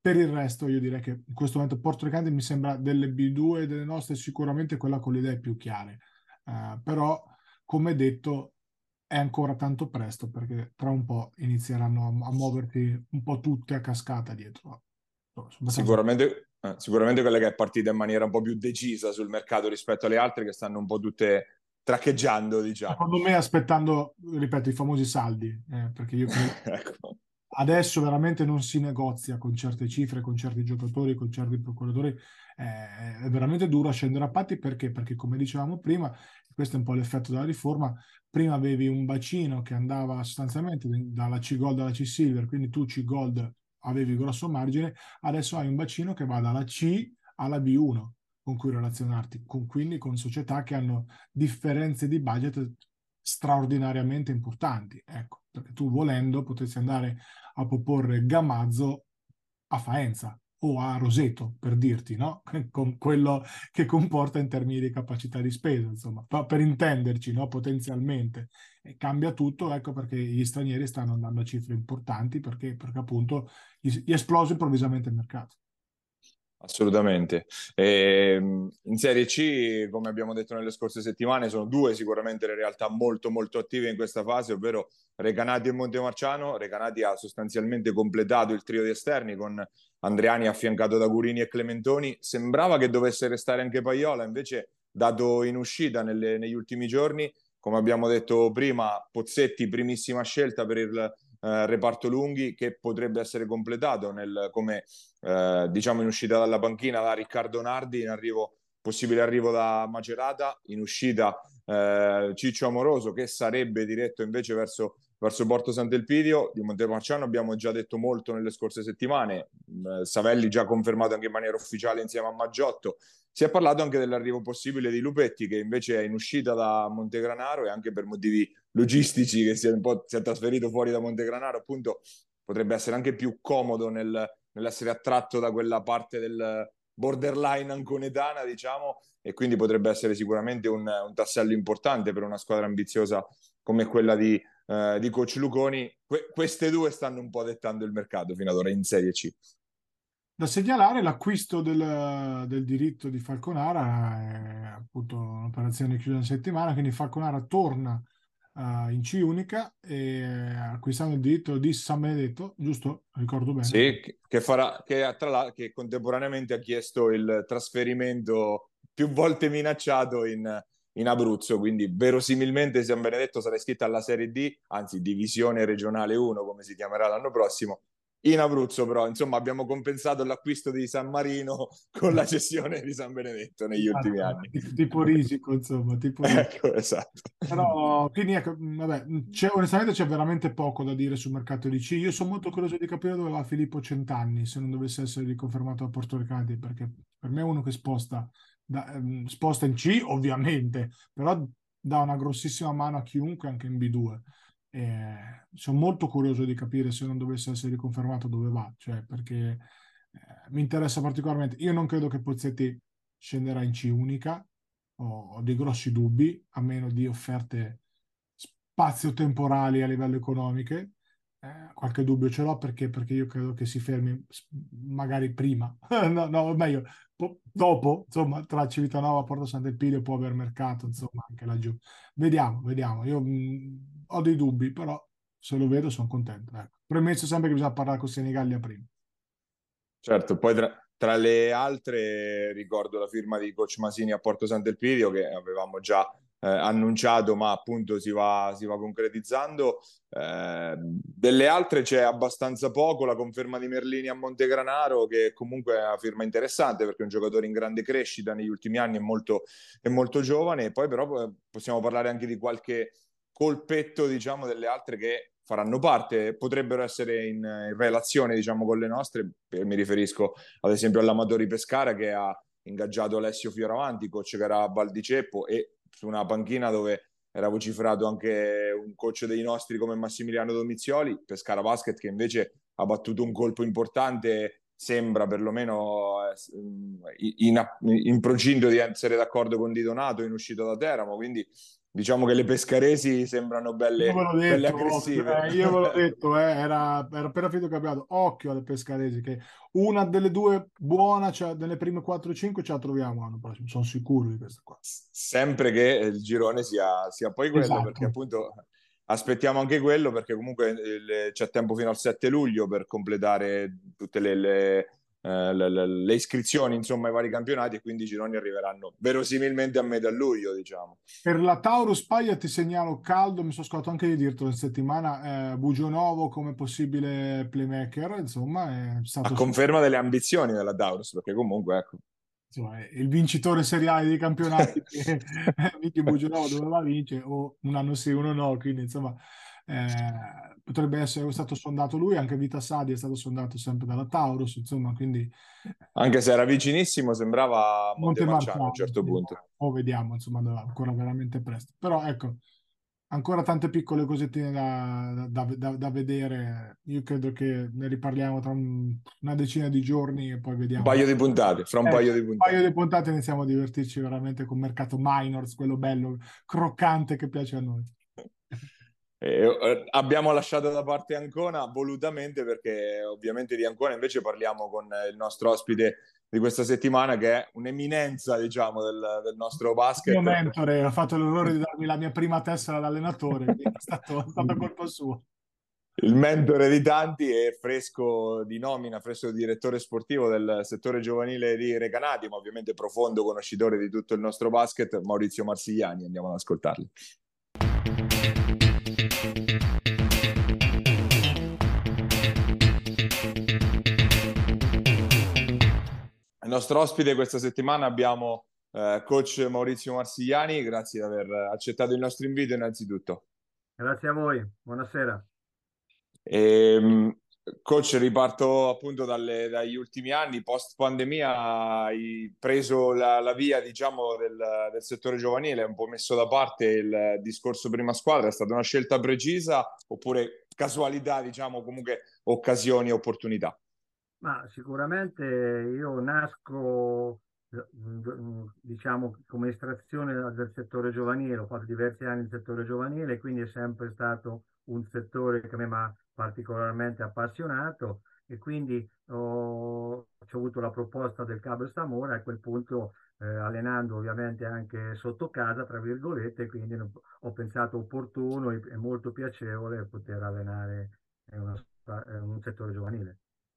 Per il resto io direi che in questo momento Porto Recante mi sembra delle B2 delle nostre sicuramente quella con le idee più chiare. Però come detto è ancora tanto presto perché tra un po' inizieranno a muoversi un po' tutte a cascata dietro. Sono abbastanza. Sicuramente quella che è partita in maniera un po' più decisa sul mercato rispetto alle altre che stanno un po' tutte traccheggiando, diciamo. Secondo me aspettando, ripeto, i famosi saldi, perché io credo Ecco. adesso veramente non si negozia con certe cifre, con certi giocatori, con certi procuratori. È veramente duro scendere a patti perché? Perché come dicevamo prima, questo è un po' l'effetto della riforma, prima avevi un bacino che andava sostanzialmente dalla C Gold alla C Silver, quindi tu C Gold avevi grosso margine, adesso hai un bacino che va dalla C alla B1 con cui relazionarti, quindi con società che hanno differenze di budget straordinariamente importanti. Ecco, perché tu volendo potresti andare a proporre Gamazzo a Faenza o a Roseto, per dirti, no? Con quello che comporta in termini di capacità di spesa, insomma, per intenderci, no? Potenzialmente. E cambia tutto, ecco perché gli stranieri stanno andando a cifre importanti, perché appunto gli è esploso improvvisamente il mercato. Assolutamente. In Serie C, come abbiamo detto nelle scorse settimane, sono due sicuramente le realtà molto molto attive in questa fase, ovvero Recanati e Montemarciano. Recanati ha sostanzialmente completato il trio di esterni con Andreani affiancato da Gurini e Clementoni. Sembrava che dovesse restare anche Paiola, invece dato in uscita negli ultimi giorni, come abbiamo detto prima, Pozzetti primissima scelta per il reparto lunghi che potrebbe essere completato come diciamo in uscita dalla panchina da Riccardo Nardi, possibile arrivo da Macerata, in uscita Ciccio Amoroso che sarebbe diretto invece verso Porto Sant'Elpidio. Di Montemarciano abbiamo già detto molto nelle scorse settimane, Savelli già confermato anche in maniera ufficiale insieme a Maggiotto. Si è parlato anche dell'arrivo possibile di Lupetti che invece è in uscita da Montegranaro e anche per motivi logistici che si è trasferito fuori da Montegranaro, appunto potrebbe essere anche più comodo nell'essere attratto da quella parte del borderline anconetana, diciamo, e quindi potrebbe essere sicuramente un tassello importante per una squadra ambiziosa come quella di Coach Luconi. Queste due stanno un po' dettando il mercato fino ad ora in Serie C. Da segnalare l'acquisto del diritto di Falconara, è appunto un'operazione chiusa in settimana, quindi Falconara torna in C unica e acquistando il diritto di San Benedetto, giusto? Ricordo bene. Sì, che contemporaneamente ha chiesto il trasferimento più volte minacciato in Abruzzo, quindi verosimilmente San Benedetto sarà iscritta alla Serie D, anzi Divisione Regionale 1, come si chiamerà l'anno prossimo, in Abruzzo però, insomma, abbiamo compensato l'acquisto di San Marino con la cessione di San Benedetto negli ultimi Esatto, anni. tipo risico, insomma, tipo risico. Ecco, esatto. Però, quindi ecco, vabbè, onestamente c'è veramente poco da dire sul mercato di C. Io sono molto curioso di capire dove va Filippo Centanni, se non dovesse essere riconfermato a Porto Recante, perché per me è uno che sposta in C, ovviamente, però dà una grossissima mano a chiunque, anche in B2. Sono molto curioso di capire se non dovesse essere riconfermato dove va, cioè perché mi interessa particolarmente. Io non credo che Pozzetti scenderà in C unica, ho dei grossi dubbi, a meno di offerte spazio-temporali a livello economiche. Qualche dubbio ce l'ho perché io credo che si fermi magari prima, no, no, meglio, dopo, insomma, tra Civitanova e Porto Sant'Elpidio può aver mercato, insomma, anche laggiù. Vediamo, vediamo. Io ho dei dubbi, però se lo vedo sono contento. Ecco. Premesso sempre che bisogna parlare con Senigallia prima. Certo, poi tra le altre ricordo la firma di Coach Masini a Porto Sant'Elpidio che avevamo già annunciato, ma appunto si va concretizzando. Delle altre c'è abbastanza poco, la conferma di Merlini a Montegranaro, che comunque è una firma interessante perché è un giocatore in grande crescita negli ultimi anni, è molto giovane. E poi però possiamo parlare anche di qualche colpetto, diciamo, delle altre che faranno parte, potrebbero essere in relazione, diciamo, con le nostre. Mi riferisco ad esempio all'Amatori Pescara che ha ingaggiato Alessio Fioravanti, coach che era a Val di Ceppo, e su una panchina dove era vociferato anche un coach dei nostri come Massimiliano Domizioli. Pescara Basket che invece ha battuto un colpo importante, sembra perlomeno in procinto di essere d'accordo con Di Donato in uscita da Teramo, quindi diciamo che le pescaresi sembrano Io ve l'ho belle detto, aggressive. io ve l'ho detto, era appena finito il campionato. Occhio alle pescaresi, che una delle due buona, cioè nelle prime 4-5 ce la troviamo l'anno prossimo, sono sicuro di questo qua. Sempre che il girone sia poi quello, perché Esatto. appunto aspettiamo anche quello, perché comunque c'è tempo fino al 7 luglio per completare tutte le iscrizioni, insomma, ai vari campionati, e quindi i gironi arriveranno verosimilmente a metà luglio, diciamo. Per la Taurus Paglia ti segnalo caldo, mi sono scordato anche di dirtelo in settimana, Bugionovo come possibile playmaker, insomma, è A stato conferma delle ambizioni della Taurus, perché comunque, ecco. insomma, è il vincitore seriale dei campionati che Michi Bugionovo doveva vincere, o un anno sì, uno no, quindi insomma potrebbe essere stato sondato lui, anche Vita Sadi è stato sondato sempre dalla Taurus, insomma, quindi Anche se era vicinissimo, sembrava Montemarciano a un Montemarciano, certo sì, punto. o vediamo, insomma, ancora veramente presto. Però ecco, ancora tante piccole cosettine da vedere. Io credo che ne riparliamo tra una decina di giorni e poi Un vediamo. paio di puntate, fra un paio di Un paio puntate. di puntate iniziamo a divertirci veramente con mercato minors, quello bello, croccante che piace a noi. Abbiamo lasciato da parte Ancona volutamente, perché ovviamente di Ancona invece parliamo con il nostro ospite di questa settimana, che è un'eminenza, diciamo, del nostro Il mio basket. mentore ha fatto l'errore di darmi la mia prima tessera da allenatore, quindi è stato colpa sua. Il mentore di tanti e fresco di nomina, fresco direttore sportivo del settore giovanile di Recanati, ma ovviamente profondo conoscitore di tutto il nostro basket, Maurizio Marsigliani. Andiamo ad ascoltarli. Il nostro ospite questa settimana abbiamo coach Maurizio Marsigliani. Grazie di aver accettato il nostro invito innanzitutto. Grazie a voi, buonasera. E, coach, riparto appunto dagli ultimi anni. Post pandemia hai preso la via, diciamo, del settore giovanile, un po' messo da parte il discorso prima squadra. È stata una scelta precisa oppure casualità, diciamo, comunque occasioni, opportunità? Ma sicuramente io nasco, diciamo, come estrazione del settore giovanile, ho fatto diversi anni nel settore giovanile, quindi è sempre stato un settore che a me mi ha particolarmente appassionato e quindi ci ho avuto la proposta del Cabo Stamora e a quel punto, allenando ovviamente anche sotto casa, tra virgolette, quindi ho pensato opportuno e molto piacevole poter allenare un settore giovanile.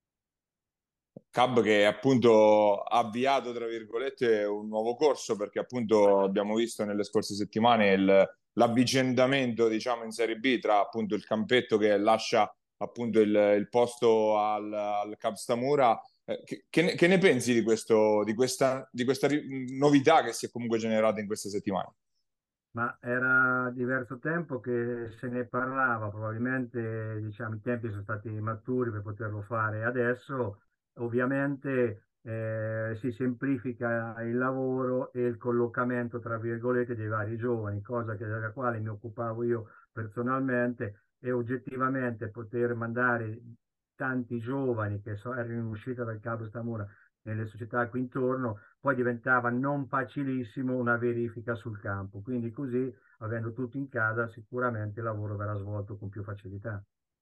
Cab che appunto ha avviato, tra virgolette, un nuovo corso, perché appunto abbiamo visto nelle scorse settimane l'avvicendamento, diciamo, in Serie B tra appunto il campetto che lascia appunto il posto al Cab Stamura. Che ne pensi di questa novità che si è comunque generata in queste settimane? Ma era diverso tempo che se ne parlava, probabilmente diciamo, i tempi sono stati maturi per poterlo fare. Adesso ovviamente si semplifica il lavoro e il collocamento, tra virgolette, dei vari giovani, cosa della quale mi occupavo io personalmente e oggettivamente poter mandare tanti giovani che erano in uscita dal Cabo Stamura nelle società qui intorno, poi diventava non facilissimo una verifica sul campo. Quindi così, avendo tutto in casa, sicuramente il lavoro verrà svolto con più facilità.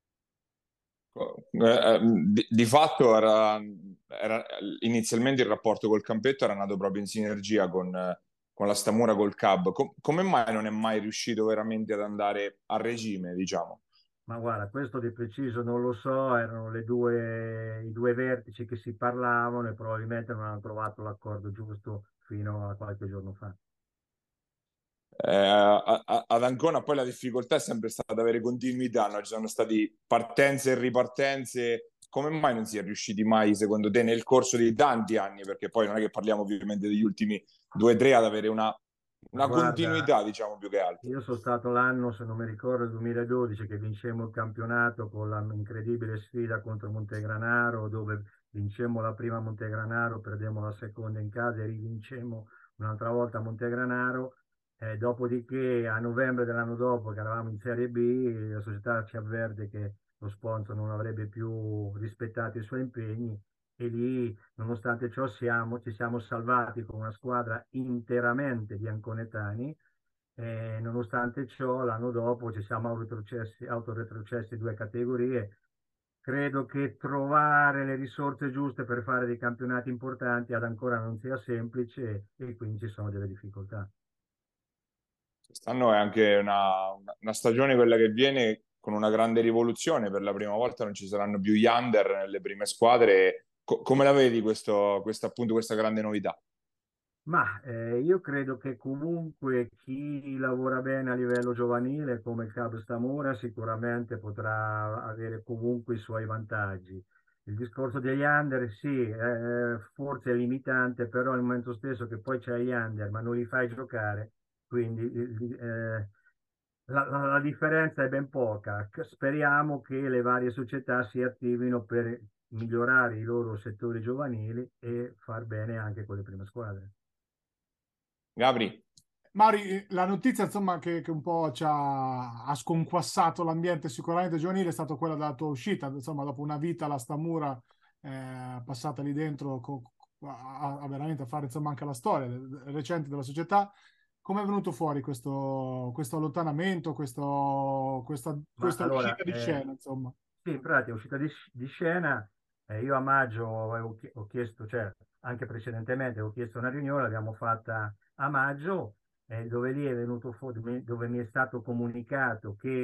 Di fatto inizialmente il rapporto col campetto era nato proprio in sinergia con la Stamura, col Cab. Come mai non è mai riuscito veramente ad andare a regime, diciamo? Ma guarda, questo di preciso non lo so, erano i due vertici che si parlavano e probabilmente non hanno trovato l'accordo giusto fino a qualche giorno fa. Ad Ancona poi la difficoltà è sempre stata avere continuità, no? Ci sono stati partenze e ripartenze. Come mai non si è riusciti mai, secondo te, nel corso di tanti anni? Perché poi non è che parliamo ovviamente degli ultimi 2 o 3 ad avere Ma una guarda, continuità, diciamo, più che altro. io sono stato l'anno, se non mi ricordo, il 2012 che vincemmo il campionato con la incredibile sfida contro Montegranaro, dove vincemmo la prima a Montegranaro, perdemmo la seconda in casa e rivincemmo un'altra volta a Montegranaro. Dopodiché a novembre dell'anno dopo, che eravamo in Serie B, la società ci avverte che lo sponsor non avrebbe più rispettato i suoi impegni e lì, nonostante ciò, ci siamo salvati con una squadra interamente di anconetani Nonostante ciò, l'anno dopo ci siamo autoretrocessi 2 categorie. Credo che trovare le risorse giuste per fare dei campionati importanti ad ancora non sia semplice e quindi ci sono delle difficoltà. Quest'anno è anche una stagione quella che viene con una grande rivoluzione. Per la prima volta non ci saranno più gli under nelle prime squadre. Come la vedi appunto, questa grande novità? Ma io credo che comunque chi lavora bene a livello giovanile come il Cabo Stamora sicuramente potrà avere comunque i suoi vantaggi. Il discorso degli under, sì, forse è limitante, però al momento stesso che poi c'è gli under, ma non li fai giocare, quindi la differenza è ben poca. Speriamo che le varie società si attivino per migliorare i loro settori giovanili e far bene anche con le prime squadre. Gabri, Mari, la notizia insomma che un po' ha sconquassato l'ambiente sicuramente giovanile è stata quella della tua uscita, insomma dopo una vita alla Stamura passata lì dentro a veramente fare insomma anche la storia recente della società. Come è venuto fuori questo allontanamento, Ma questa allora, uscita di scena, insomma? sì, in pratica è uscita di scena. Io a maggio ho chiesto, cioè anche precedentemente ho chiesto una riunione, l'abbiamo fatta a maggio, dove lì è venuto fuori, dove mi è stato comunicato che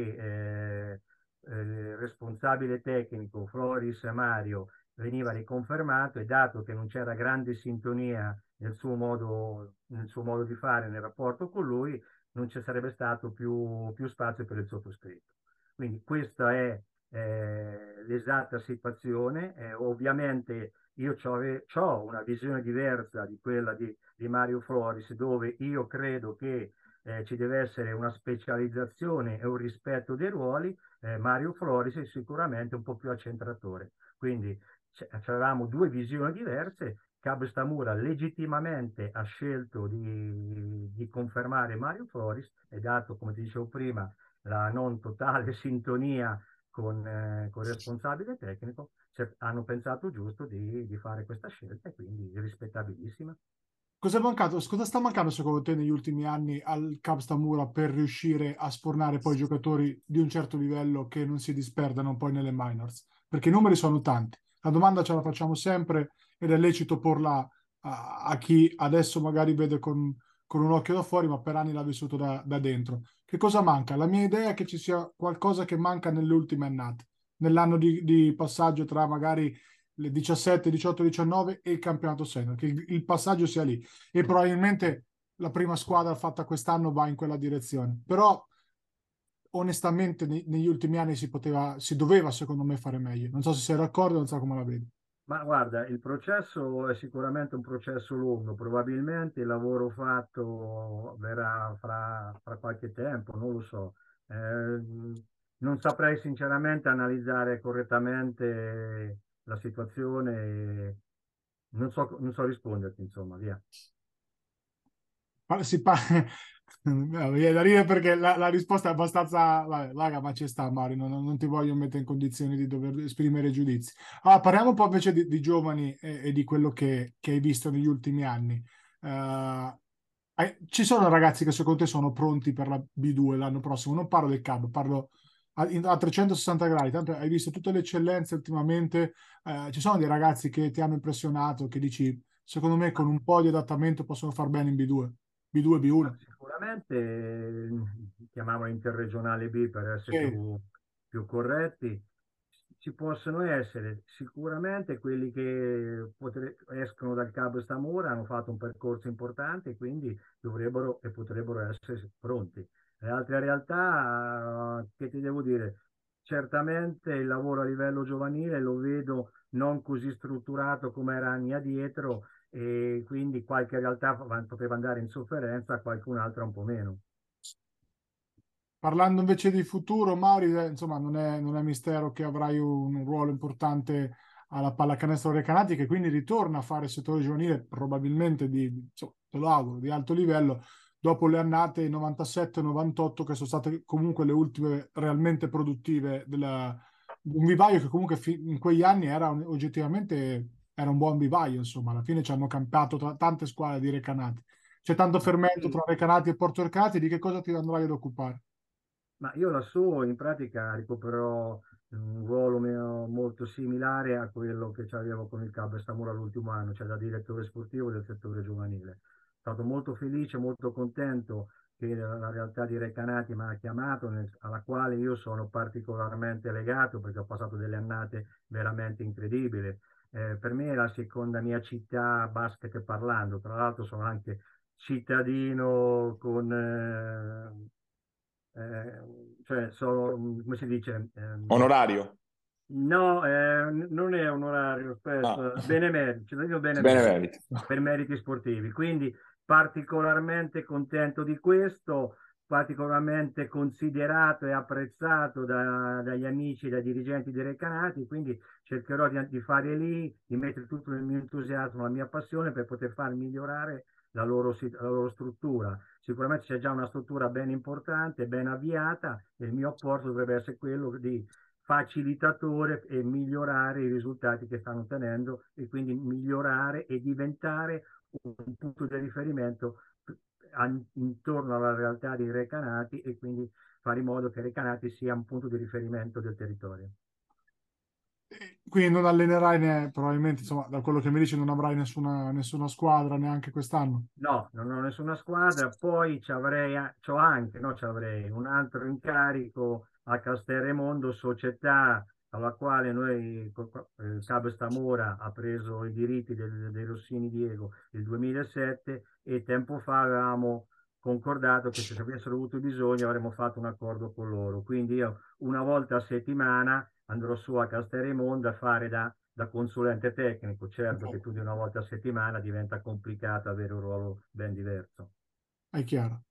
il responsabile tecnico Floris Mario veniva riconfermato, e dato che non c'era grande sintonia nel suo modo di fare, nel rapporto con lui, non ci sarebbe stato più spazio per il sottoscritto. Quindi questa è l'esatta situazione. Ovviamente io ho una visione diversa di quella di Mario Floris, dove io credo che ci deve essere una specializzazione e un rispetto dei ruoli. Mario Floris è sicuramente un po' più accentratore. Quindi avevamo due visioni diverse. Cab Stamura legittimamente ha scelto di confermare Mario Floris, e dato, come ti dicevo prima, la non totale sintonia con il responsabile tecnico, hanno pensato giusto di fare questa scelta, e quindi rispettabilissima. Cosa sta mancando secondo te negli ultimi anni al Cab Stamura per riuscire a spornare poi giocatori di un certo livello che non si disperdano poi nelle minors? Perché i numeri sono tanti. La domanda ce la facciamo sempre ed è lecito porla a chi adesso magari vede con un occhio da fuori, ma per anni l'ha vissuto da dentro. Che cosa manca? La mia idea è che ci sia qualcosa che manca nelle ultime annate, nell'anno di passaggio tra magari le 17, 18, 19 e il campionato senior, che il passaggio sia lì e probabilmente la prima squadra fatta quest'anno va in quella direzione. Però onestamente negli ultimi anni si doveva secondo me fare meglio. Non so se sei d'accordo, non so come la vedi. Ma guarda, il processo è sicuramente un processo lungo, probabilmente il lavoro fatto verrà fra qualche tempo, non lo so. Non saprei sinceramente analizzare correttamente la situazione, non so risponderti, insomma, via. Si pa- Mi viene da ridere perché la risposta è abbastanza. Vabbè, raga, ma ci sta, Mario. Non ti voglio mettere in condizioni di dover esprimere giudizi. Allora, parliamo un po' invece di giovani e di quello che hai visto negli ultimi anni. Ci sono ragazzi che secondo te sono pronti per la B2 l'anno prossimo? Non parlo del CAB, parlo a 360 gradi. Tanto hai visto tutte le eccellenze ultimamente. Ci sono dei ragazzi che ti hanno impressionato, che dici, secondo me, con un po' di adattamento possono far bene in B2. B2, Ma B1. sicuramente chiamiamola interregionale B per essere Sì, più corretti. Ci possono essere sicuramente quelli che escono dal Cabo Stamora, hanno fatto un percorso importante e quindi dovrebbero e potrebbero essere pronti. Le altre realtà, che ti devo dire, certamente il lavoro a livello giovanile lo vedo non così strutturato come era anni addietro, e quindi qualche realtà poteva andare in sofferenza, qualcun'altra un po' meno. parlando invece di futuro, Mauri, insomma, non è mistero che avrai un ruolo importante alla pallacanestro Recanati, che quindi ritorna a fare il settore giovanile, probabilmente insomma, te lo auguro, di alto livello, dopo le annate 97-98, che sono state comunque le ultime realmente produttive un vivaio che comunque in quegli anni oggettivamente era un buon vivaio, insomma, alla fine ci hanno campato tante squadre di Recanati. c'è tanto fermento Sì. tra Recanati e Porto Ercati, di che cosa ti andrai ad occupare? Ma io lassù in pratica ricoprerò un ruolo molto similare a quello che avevo con il Cabo Stamura l'ultimo anno, cioè da direttore sportivo del settore giovanile. Sono stato molto felice, molto contento che la realtà di Recanati mi ha chiamato, alla quale io sono particolarmente legato perché ho passato delle annate veramente incredibili. Per me è la seconda mia città basket parlando, tra l'altro sono anche cittadino con cioè sono, come si dice? Onorario? No, non è un orario, Ah, aspetta, benemerito, cittadino benemerito, benemerito. per meriti sportivi. Quindi particolarmente contento di questo, particolarmente considerato e apprezzato dagli amici, dai dirigenti dei Recanati, quindi cercherò di fare lì, di mettere tutto il mio entusiasmo, la mia passione per poter far migliorare la loro struttura. Sicuramente c'è già una struttura ben importante, ben avviata, e il mio apporto dovrebbe essere quello di facilitatore e migliorare i risultati che stanno ottenendo e quindi migliorare e diventare un punto di riferimento intorno alla realtà dei Recanati e quindi fare in modo che Recanati sia un punto di riferimento del territorio. Quindi non allenerai probabilmente, insomma, da quello che mi dici, non avrai nessuna squadra neanche quest'anno. No, non ho nessuna squadra, poi c'ho anche, no, c'avrei un altro incarico a Castelremondo, società alla quale noi, il Cabo Stamora ha preso i diritti dei Rossini Diego il 2007 e tempo fa avevamo concordato che se avessero avuto bisogno avremmo fatto un accordo con loro. Quindi io una volta a settimana andrò su a Castelremondo a fare da consulente tecnico. Certo che più di una volta a settimana diventa complicato avere un ruolo ben diverso. È chiaro.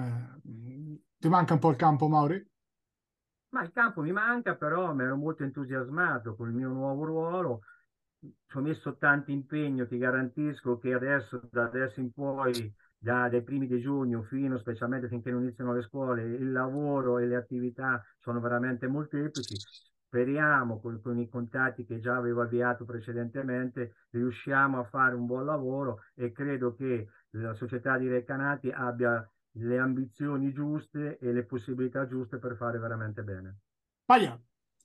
Ti manca un po' il campo, Mauri? Ma il campo mi manca, però mi ero molto entusiasmato con il mio nuovo ruolo. Ci ho messo tanto impegno, ti garantisco che adesso, da adesso in poi, dai primi di giugno fino specialmente finché non iniziano le scuole, il lavoro e le attività sono veramente molteplici. Speriamo con i contatti che già avevo avviato precedentemente, riusciamo a fare un buon lavoro e credo che la società di Recanati abbia le ambizioni giuste e le possibilità giuste per fare veramente bene. Paia.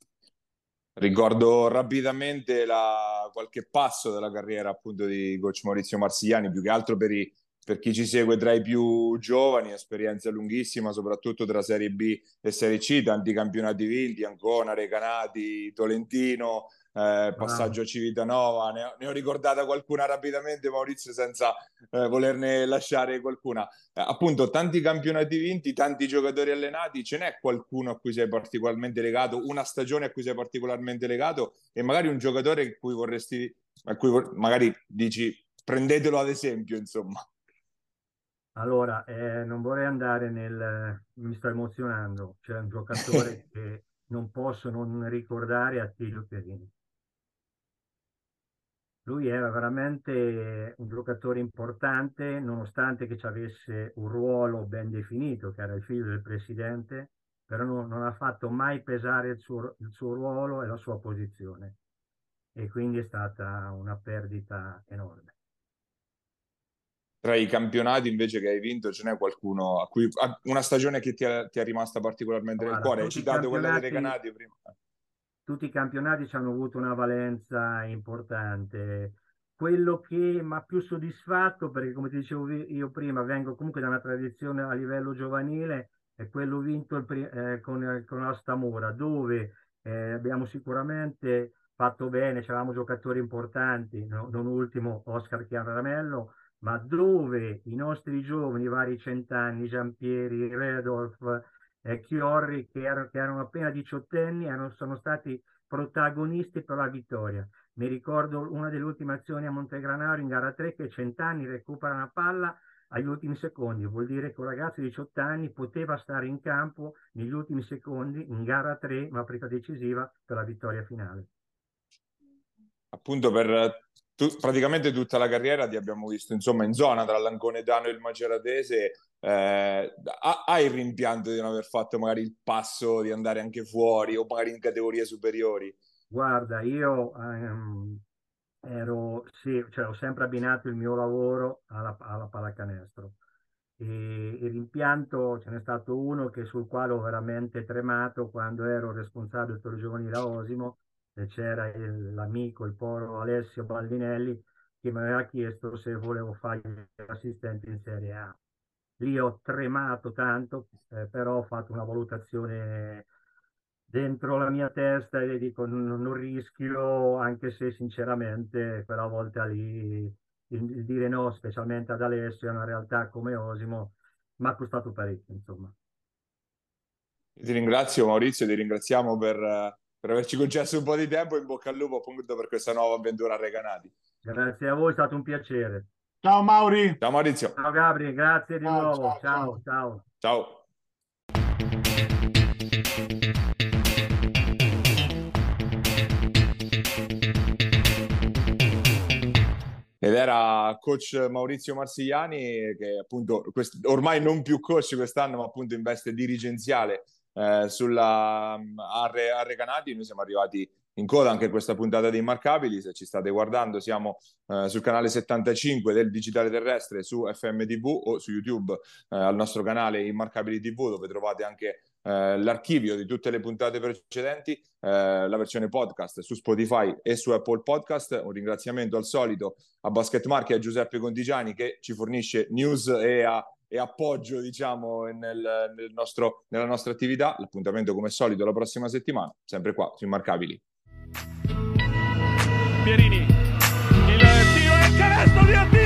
Ricordo rapidamente qualche passo della carriera appunto di coach Maurizio Marsigliani, più che altro per chi ci segue tra i più giovani, esperienza lunghissima, soprattutto tra Serie B e Serie C, tanti campionati vinti, Ancona, Recanati, Tolentino, Bravo. passaggio a Civitanova, ne ho ricordata qualcuna rapidamente, Maurizio, senza volerne lasciare qualcuna. Appunto, tanti campionati vinti, tanti giocatori allenati, ce n'è qualcuno a cui sei particolarmente legato, una stagione a cui sei particolarmente legato e magari un giocatore magari dici prendetelo ad esempio, insomma. Allora, non vorrei andare mi sto emozionando, c'è un giocatore che non posso non ricordare, Attilio Chiarini. Lui era veramente un giocatore importante, nonostante che ci avesse un ruolo ben definito, che era il figlio del presidente, però non ha fatto mai pesare il suo ruolo e la sua posizione. E quindi è stata una perdita enorme. Tra i campionati invece che hai vinto, ce n'è qualcuno una stagione che ti è rimasta particolarmente nel Guarda, cuore? Hai citato quella dei Recanati prima. tutti i campionati ci hanno avuto una valenza importante. Quello che mi ha più soddisfatto, perché come ti dicevo io prima, vengo comunque da una tradizione a livello giovanile, è quello vinto con la Stamora, dove abbiamo sicuramente fatto bene, c'avevamo giocatori importanti, non ultimo Oscar Chiaramello, ma dove i nostri giovani, i vari Centanni, Giampieri, Redolf, Chiorri, che erano appena diciottenni, sono stati protagonisti per la vittoria. Mi ricordo una delle ultime azioni a Montegranaro in gara 3 che Centanni recupera una palla agli ultimi secondi, vuol dire che un ragazzo di 18 anni poteva stare in campo negli ultimi secondi in gara 3, una partita decisiva per la vittoria finale. Appunto praticamente tutta la carriera ti abbiamo visto insomma in zona tra l'Anconetano e il Maceratese. Hai il rimpianto di non aver fatto magari il passo di andare anche fuori o magari in categorie superiori? Guarda, io sì, cioè, ho sempre abbinato il mio lavoro alla pallacanestro. E l'impianto ce n'è stato uno sul quale ho veramente tremato quando ero responsabile per i giovani da Osimo, e c'era l'amico, il povero Alessio Baldinelli, che mi aveva chiesto se volevo fare l'assistente in Serie A. Lì ho tremato tanto, però ho fatto una valutazione dentro la mia testa e dico non rischio, anche se sinceramente quella volta lì il dire no, specialmente ad Alessio, è una realtà come Osimo, mi ha costato parecchio, insomma. Ti ringrazio Maurizio, ti ringraziamo per averci concesso un po' di tempo, in bocca al lupo appunto per questa nuova avventura a Recanati. Grazie a voi, è stato un piacere. Ciao Mauri. Ciao Maurizio. Ciao Gabri, grazie di Ciao, nuovo. ciao, ciao. Ciao. Ciao. Ed era coach Maurizio Marsigliani, che appunto ormai non più coach quest'anno, ma appunto in veste dirigenziale a Recanati. Noi siamo arrivati in coda anche a questa puntata di Immarcabili. Se ci state guardando, siamo sul canale 75 del Digitale Terrestre su FMTV o su YouTube al nostro canale Immarcabili TV, dove trovate anche l'archivio di tutte le puntate precedenti, la versione podcast su Spotify e su Apple Podcast. Un ringraziamento al solito a Basket Marche e a Giuseppe Contigiani, che ci fornisce news e appoggio, diciamo, nella nostra attività. L'appuntamento come al solito la prossima settimana, sempre qua su Immarcabili. Pierini, il tiro e il canestro di Attila.